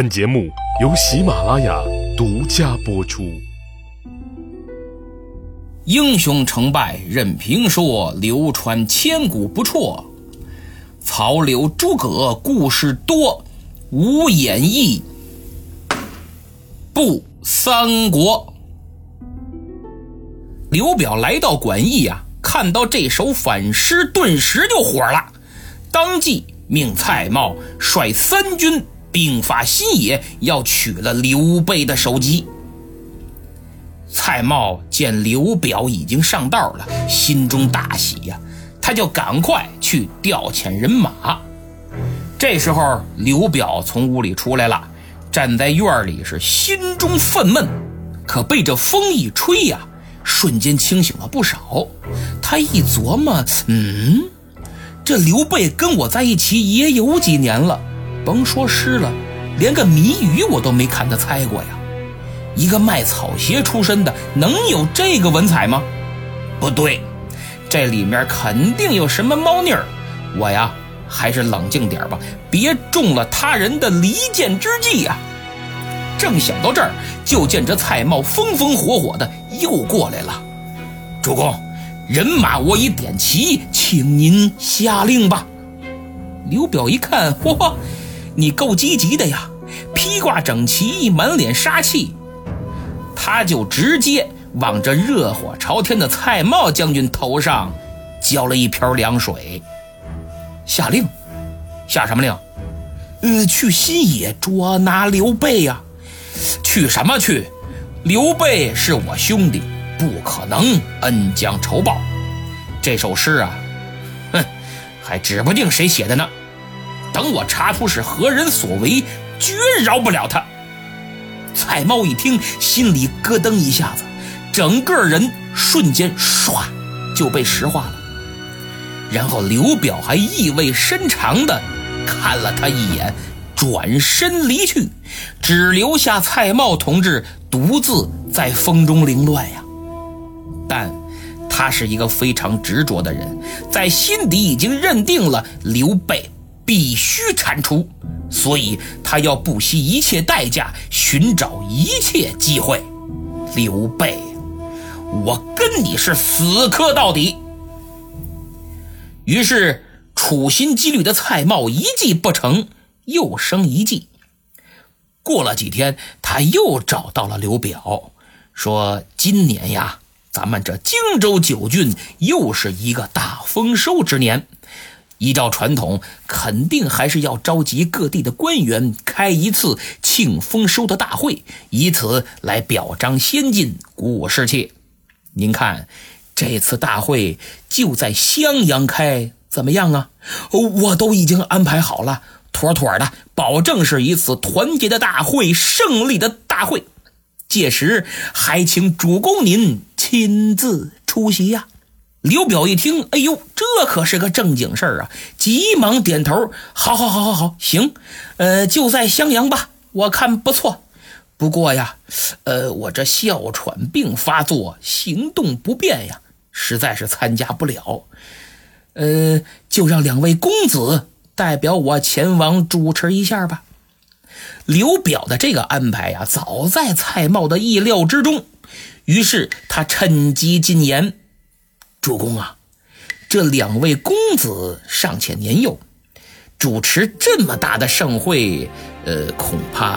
本节目由喜马拉雅独家播出。 英雄成败任评说，流传千古不辍。曹刘诸葛故事多，无演义不三国。刘表来到馆驿啊，看到这首反诗，顿时就火了，当即命蔡瑁率三军兵发新野，要取了刘备的首级。蔡瑁见刘表已经上道了，心中大喜呀，他就赶快去调遣人马。这时候刘表从屋里出来了，站在院里是心中愤懑，可被这风一吹呀，瞬间清醒了不少。他一琢磨，这刘备跟我在一起也有几年了，甭说诗了，连个谜语我都没看他猜过呀。一个卖草鞋出身的，能有这个文采吗？不对，这里面肯定有什么猫腻儿。我呀，还是冷静点吧，别中了他人的离间之计呀。正想到这儿，就见这蔡瑁风风火火的又过来了。主公，人马我已点齐，请您下令吧。刘表一看，嚯，你够积极的呀，披挂整齐，满脸杀气。他就直接往这热火朝天的蔡瑁将军头上浇了一瓢凉水。下令？下什么令？去新野捉拿刘备呀。去什么去？刘备是我兄弟，不可能恩将仇报。这首诗啊，还指不定谁写的呢。等我查出是何人所为，绝饶不了他。蔡瑁一听，心里咯噔一下子，整个人瞬间唰就被石化了。然后刘表还意味深长地看了他一眼，转身离去，只留下蔡瑁同志独自在风中凌乱呀。但他是一个非常执着的人，在心底已经认定了刘备必须铲除，所以他要不惜一切代价，寻找一切机会。刘备，我跟你是死磕到底。于是处心积虑的蔡瑁一计不成，又生一计。过了几天，他又找到了刘表，说今年呀，咱们这荆州9郡又是一个大丰收之年，依照传统，肯定还是要召集各地的官员开一次庆丰收的大会，以此来表彰先进，鼓舞士气。您看，这次大会就在襄阳开，怎么样啊？我都已经安排好了，妥妥的，保证是一次团结的大会，胜利的大会。届时还请主公您亲自出席呀。刘表一听，哎呦，这可是个正经事儿啊，急忙点头，好，行，就在襄阳吧，我看不错。不过呀，我这哮喘病发作，行动不便呀，实在是参加不了。就让2位公子代表我前往主持一下吧。刘表的这个安排呀，早在蔡瑁的意料之中，于是他趁机进言，主公啊，这2位公子尚且年幼，主持这么大的盛会，恐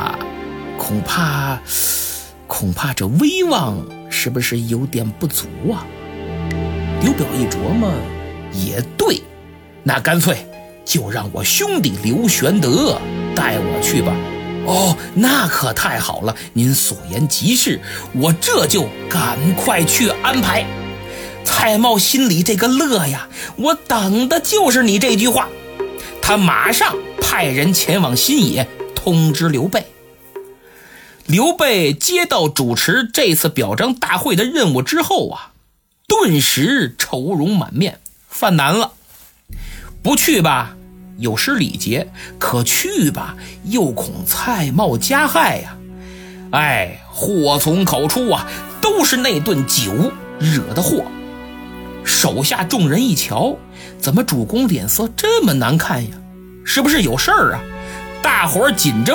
怕这威望是不是有点不足啊？刘表一琢磨，也对，那干脆就让我兄弟刘玄德带我去吧。哦，那可太好了，您所言极是，我这就赶快去安排。蔡瑁心里这个乐呀，我等的就是你这句话。他马上派人前往新野通知刘备。刘备接到主持这次表彰大会的任务之后啊，顿时愁容满面，犯难了。不去吧，有失礼节；可去吧，又恐蔡瑁加害呀。祸从口出啊，都是那顿酒惹的祸。手下众人一瞧，怎么主公脸色这么难看呀？是不是有事儿啊？大伙儿紧着问，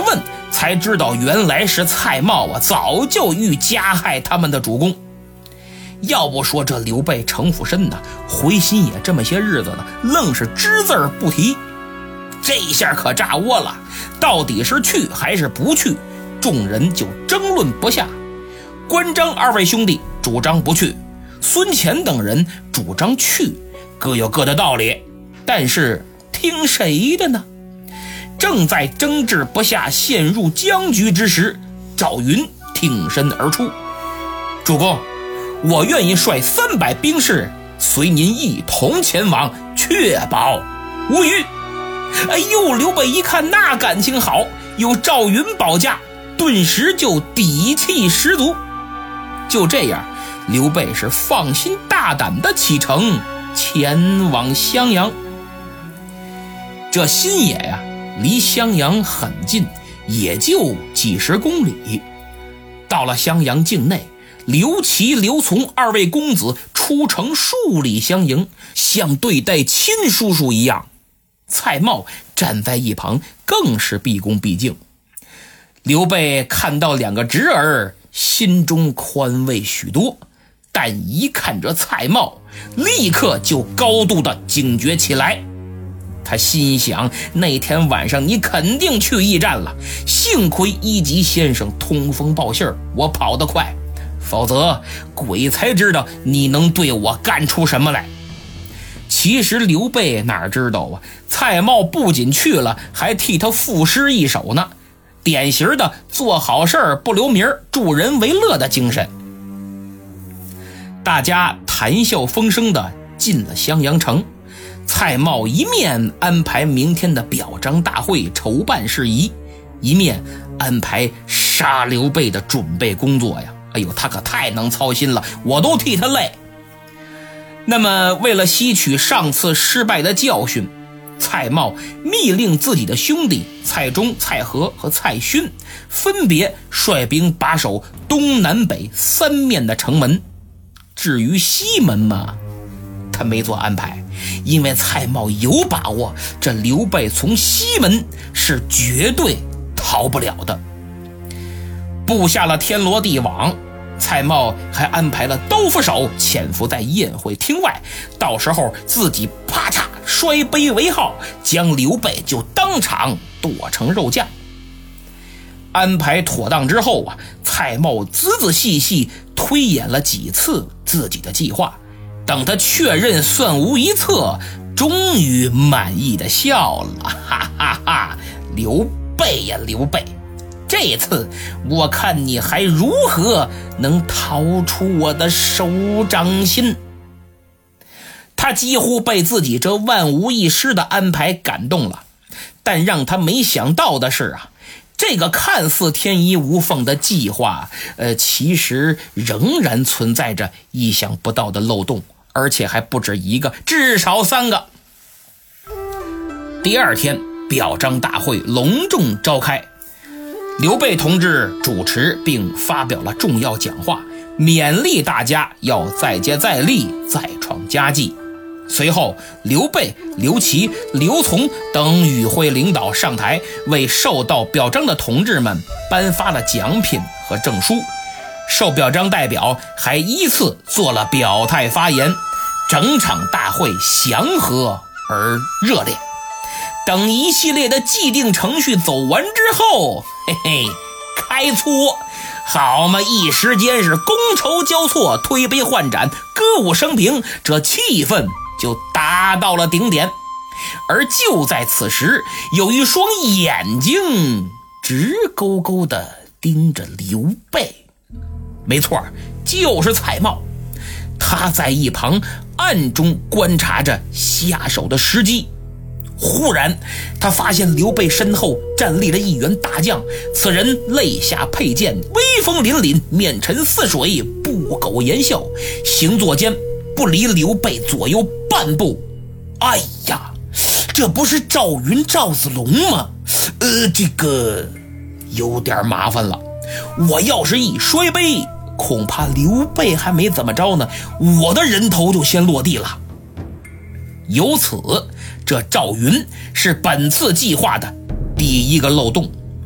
才知道原来是蔡瑁啊早就欲加害他们的主公。要不说这刘备城府深呢，回新野这么些日子呢，愣是只字不提。这下可炸窝了，到底是去还是不去，众人就争论不下。关张二位兄弟主张不去，孙乾等人主张去，各有各的道理，但是听谁的呢？正在争执不下，陷入僵局之时，赵云挺身而出：主公，我愿意率300兵士随您一同前往，确保无虞。哎呦，刘备一看那感情好，有赵云保驾，顿时就底气十足。就这样，刘备是放心大胆的启程前往襄阳。这新野呀，离襄阳很近，也就几十公里。到了襄阳境内，刘琦、刘琮二位公子出城数里相迎，像对待亲叔叔一样。蔡瑁站在一旁更是毕恭毕敬。刘备看到2个侄儿，心中宽慰许多，但一看着蔡瑁，立刻就高度的警觉起来。他心想，那天晚上你肯定去驿站了，幸亏一级先生通风报信，我跑得快，否则鬼才知道你能对我干出什么来。其实刘备哪知道啊，蔡瑁不仅去了，还替他赋诗一首呢，典型的做好事不留名，助人为乐的精神。大家谈笑风生的进了襄阳城，蔡瑁一面安排明天的表彰大会筹办事宜，一面安排杀刘备的准备工作呀。哎呦，他可太能操心了，我都替他累。那么为了吸取上次失败的教训，蔡瑁密令自己的兄弟蔡中、蔡和和蔡勋分别率兵把守东南北3面的城门。至于西门嘛，他没做安排，因为蔡瑁有把握，这刘备从西门是绝对逃不了的。布下了天罗地网，蔡瑁还安排了刀斧手潜伏在宴会厅外，到时候自己啪嚓摔杯为号，将刘备就当场剁成肉酱。安排妥当之后啊，蔡瑁仔仔细细推演了几次自己的计划，等他确认算无一策，终于满意的笑了，哈哈哈！刘备呀刘备，这次我看你还如何能逃出我的手掌心。他几乎被自己这万无一失的安排感动了，但让他没想到的是啊，这个看似天衣无缝的计划，其实仍然存在着意想不到的漏洞，而且还不止一个，至少3个。第2天，表彰大会隆重召开，刘备同志主持并发表了重要讲话，勉励大家要再接再厉，再创佳绩。随后，刘备、刘琦、刘琮等与会领导上台，为受到表彰的同志们颁发了奖品和证书。受表彰代表还依次做了表态发言，整场大会祥和而热烈。等一系列的既定程序走完之后，嘿嘿，开搓，好嘛，一时间是觥筹交错，推杯换盏，歌舞升平，这气氛就达到了顶点。而就在此时，有一双眼睛直勾勾地盯着刘备。没错，就是蔡瑁。他在一旁暗中观察着下手的时机。忽然他发现刘备身后站立了一员大将，此人肋下佩剑，威风凛凛，面沉似水，不苟言笑，行坐间不离刘备左右半步。哎呀，这不是赵云赵子龙吗？这个有点麻烦了，我要是一摔杯，恐怕刘备还没怎么着呢，我的人头就先落地了。由此，这赵云是本次计划的第一个漏洞。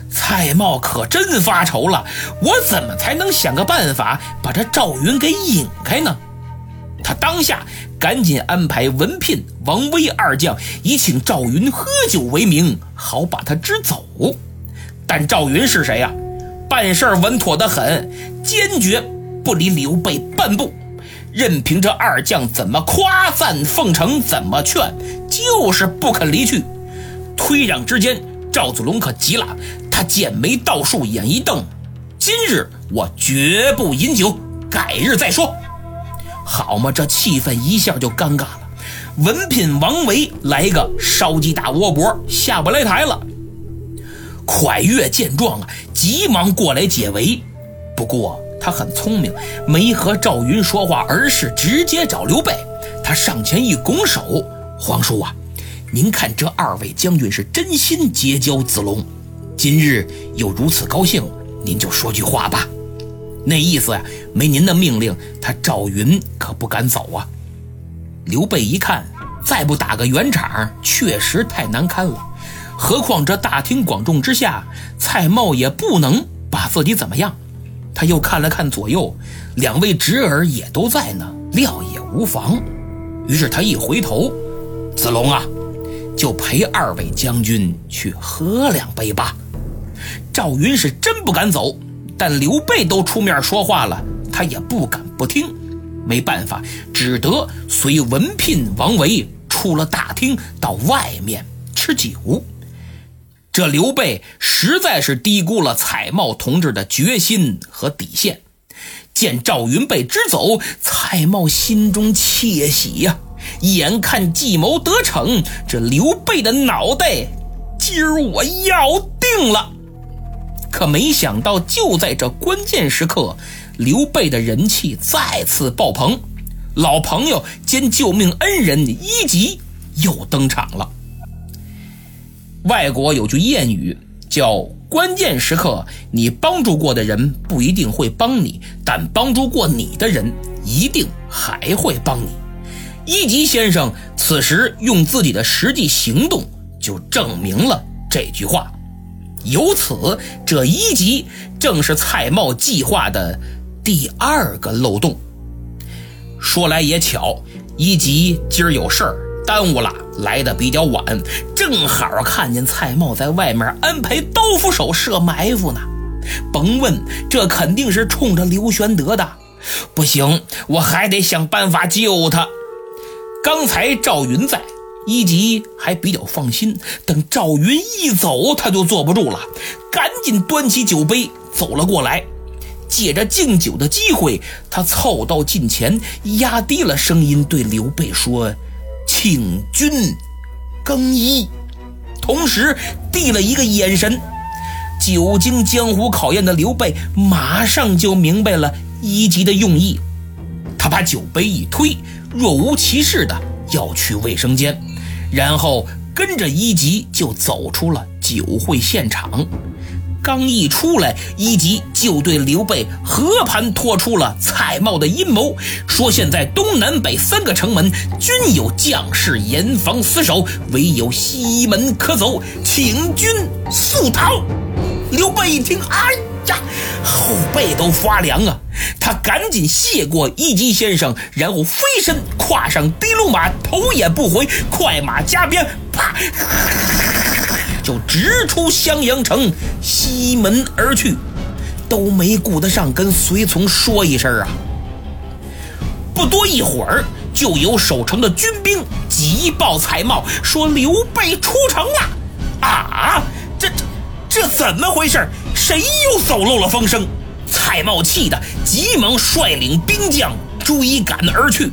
蔡瑁可真发愁了，我怎么才能想个办法把这赵云给引开呢？他当下赶紧安排文聘、王威二将以请赵云喝酒为名，好把他支走。但赵云是谁呀？办事稳妥得很，坚决不离刘备半步，任凭这二将怎么夸赞奉承，怎么劝，就是不肯离去。推让之间，赵子龙可急了，他剑眉倒竖，眼一瞪，今日我绝不饮酒，改日再说。好嘛，这气氛一下就尴尬了。文聘、王维来个烧鸡打窝脖，下不来台了。蒯越见状急忙过来解围，不过他很聪明，没和赵云说话，而是直接找刘备。他上前一拱手：“皇叔啊，您看这二位将军是真心结交子龙，今日又如此高兴，您就说句话吧。”那意思呀，没您的命令，他赵云可不敢走啊。刘备一看，再不打个圆场，确实太难堪了。何况这大庭广众之下，蔡瑁也不能把自己怎么样。他又看了看左右，两位侄儿也都在呢，料也无妨。于是他一回头：“子龙啊，就陪二位将军去喝两杯吧。”赵云是真不敢走，但刘备都出面说话了，他也不敢不听。没办法，只得随文聘、王维出了大厅，到外面吃酒。这刘备实在是低估了蔡瑁同志的决心和底线。见赵云被支走，蔡瑁心中窃喜呀，眼看计谋得逞，这刘备的脑袋今儿我要定了。可没想到就在这关键时刻，刘备的人气再次爆棚，老朋友兼救命恩人伊吉又登场了。外国有句谚语叫关键时刻，你帮助过的人不一定会帮你，但帮助过你的人一定还会帮你。伊吉先生此时用自己的实际行动就证明了这句话。由此，这伊吉正是蔡瑁计划的第二个漏洞。说来也巧，伊吉今儿有事儿耽误了，来得比较晚，正好看见蔡瑁在外面安排刀斧手设埋伏呢。甭问，这肯定是冲着刘玄德的。不行，我还得想办法救他。刚才赵云在，伊吉还比较放心，等赵云一走，他就坐不住了，赶紧端起酒杯走了过来。借着敬酒的机会，他凑到近前，压低了声音对刘备说：“请君更衣。”同时递了一个眼神。久经江湖考验的刘备马上就明白了伊吉的用意，他把酒杯一推，若无其事的要去卫生间，然后跟着伊吉就走出了酒会现场。刚一出来，伊吉就对刘备和盘托出了蔡瑁的阴谋，说现在东南北三个城门均有将士严防死守，唯有西门可走，请君速逃。刘备一听，哎呀，后背都发凉啊！他赶紧谢过伊吉先生，然后飞身跨上的卢马，头也不回，快马加鞭，啪，就直出襄阳城西门而去，都没顾得上跟随从说一声啊。不多一会儿，就有守城的军兵急报蔡瑁说刘备出城了。啊，这怎么回事？谁又走漏了风声？蔡瑁气得急忙率领兵将追赶而去。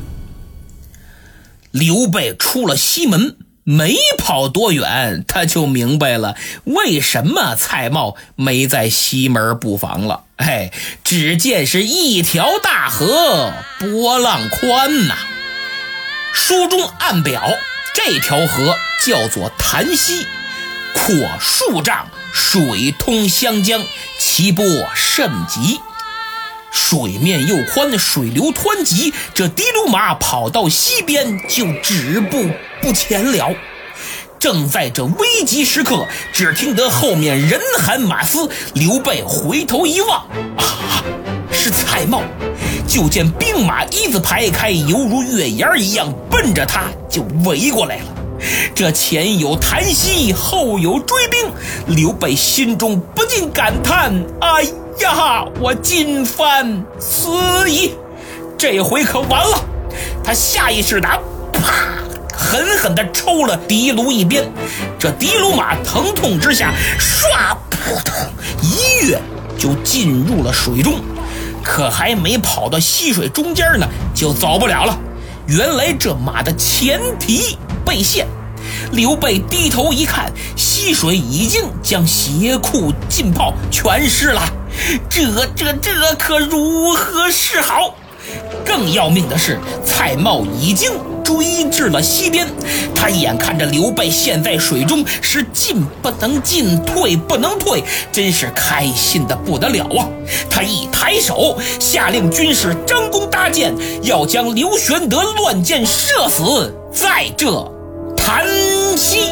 刘备出了西门，没跑多远，他就明白了为什么蔡瑁没在西门布防了。只见是一条大河，波浪宽呐。书中暗表，这条河叫做潭溪，阔数丈，水通湘江，其波甚急。水面又宽，水流湍急，这的卢马跑到西边就止步不前了。 正在这危急时刻，只听得后面人喊马嘶，刘备回头一望，啊，是蔡瑁。就见兵马一字排开，犹如月牙一样，奔着他就围过来了。这前有檀溪，后有追兵，刘备心中不禁感叹：哎呀，我今番死矣！这回可完了。他下意识的啪狠狠地抽了的卢一鞭，这的卢马疼痛之下，唰扑通一跃就进入了水中。可还没跑到溪水中间呢，就走不了了。原来这马的前蹄被陷。刘备低头一看，溪水已经将鞋裤浸泡全湿了，这可如何是好？更要命的是，蔡瑁已经追至了溪边，他眼看着刘备陷在水中，是进不能进，退不能退，真是开心的不得了啊！他一抬手，下令军士张弓搭箭，要将刘玄德乱箭射死在这檀溪。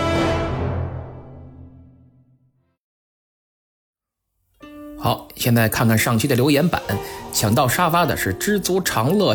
好，现在看看上期的留言板，抢到沙发的是知足常乐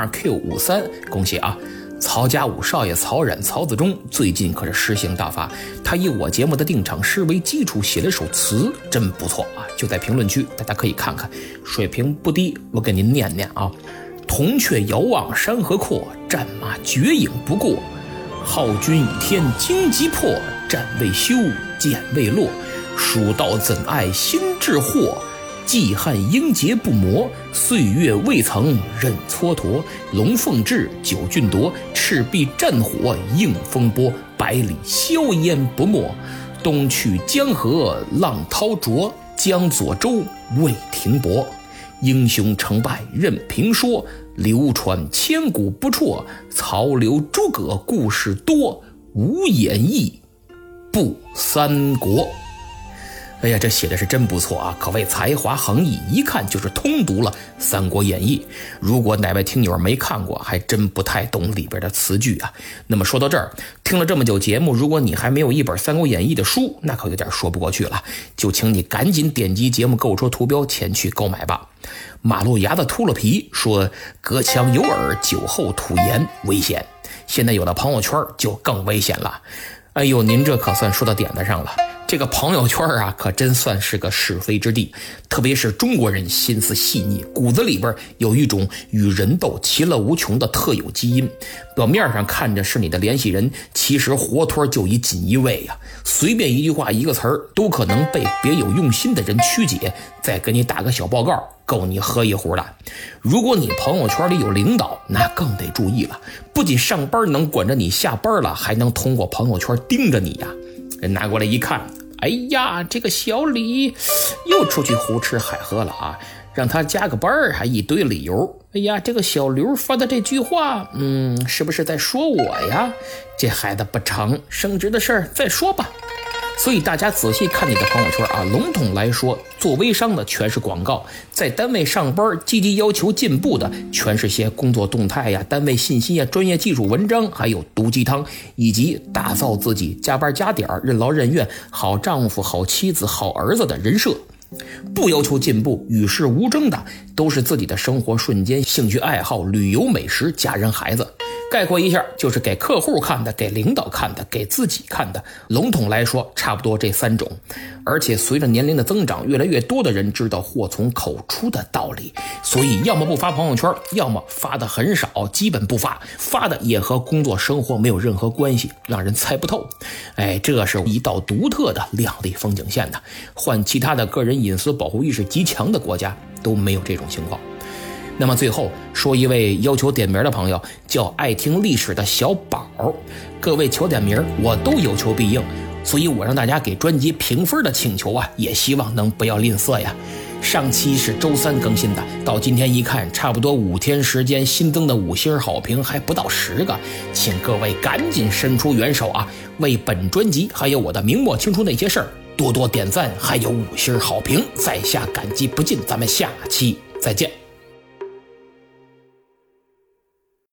_Q53，恭喜啊！曹家五少爷曹冉、曹子忠最近可是诗兴大发，他以我节目的定场诗为基础写了首词，真不错啊！就在评论区，大家可以看看，水平不低，我给您念念啊：铜雀遥望山河阔，战马绝影不过。浩君倚天荆棘破，战未休，剑未落。蜀道怎爱新智惑，季汉英杰不磨。岁月未曾任蹉跎，龙凤至，九骏夺。赤壁战火映风波，百里硝烟不没。东去江河浪涛浊，江左舟未停泊。英雄成败任评说，流传千古不辍。曹刘诸葛故事多，无演义不三国。哎呀，这写的是真不错啊，可谓才华横溢，一看就是通读了《三国演义》。如果哪位听友没看过，还真不太懂里边的词句啊。那么说到这儿，听了这么久节目，如果你还没有一本《三国演义》的书，那可有点说不过去了，就请你赶紧点击节目购物车图标前去购买吧。马路牙子秃了皮说，隔墙有耳，酒后吐言危险。现在有了朋友圈就更危险了。哎呦，您这可算说到点子上了。这个朋友圈啊，可真算是个是非之地，特别是中国人心思细腻，骨子里边有一种与人斗其乐无穷的特有基因。表面上看着是你的联系人，其实活脱就一锦衣卫呀，随便一句话一个词儿都可能被别有用心的人曲解，再给你打个小报告，够你喝一壶的。如果你朋友圈里有领导，那更得注意了，不仅上班能管着你下班了，还能通过朋友圈盯着你呀。人拿过来一看，哎呀，这个小李又出去胡吃海喝了啊！让他加个班还一堆理由。哎呀，这个小刘发的这句话，是不是在说我呀？这孩子不成，升职的事儿再说吧。所以大家仔细看你的朋友圈啊，笼统来说，做微商的全是广告，在单位上班积极要求进步的全是些工作动态呀、单位信息呀、专业技术文章，还有毒鸡汤，以及打造自己加班加点、任劳任怨、好丈夫、好妻子、好儿子的人设。不要求进步、与世无争的，都是自己的生活瞬间、兴趣爱好、旅游、美食、家人、孩子。概括一下，就是给客户看的、给领导看的、给自己看的。笼统来说，差不多这三种。而且随着年龄的增长，越来越多的人知道祸从口出的道理，所以要么不发朋友圈，要么发的很少，基本不发，发的也和工作生活没有任何关系，让人猜不透。哎，这是一道独特的亮丽风景线的，换其他的个人隐私保护意识极强的国家都没有这种情况。那么最后说一位要求点名的朋友，叫爱听历史的小宝。各位求点名我都有求必应，所以我让大家给专辑评分的请求啊，也希望能不要吝啬呀。上期是周三更新的，到今天一看，差不多5天时间新增的5星好评还不到10个，请各位赶紧伸出援手啊，为本专辑还有我的明末清初那些事儿多多点赞，还有5星好评，在下感激不尽。咱们下期再见。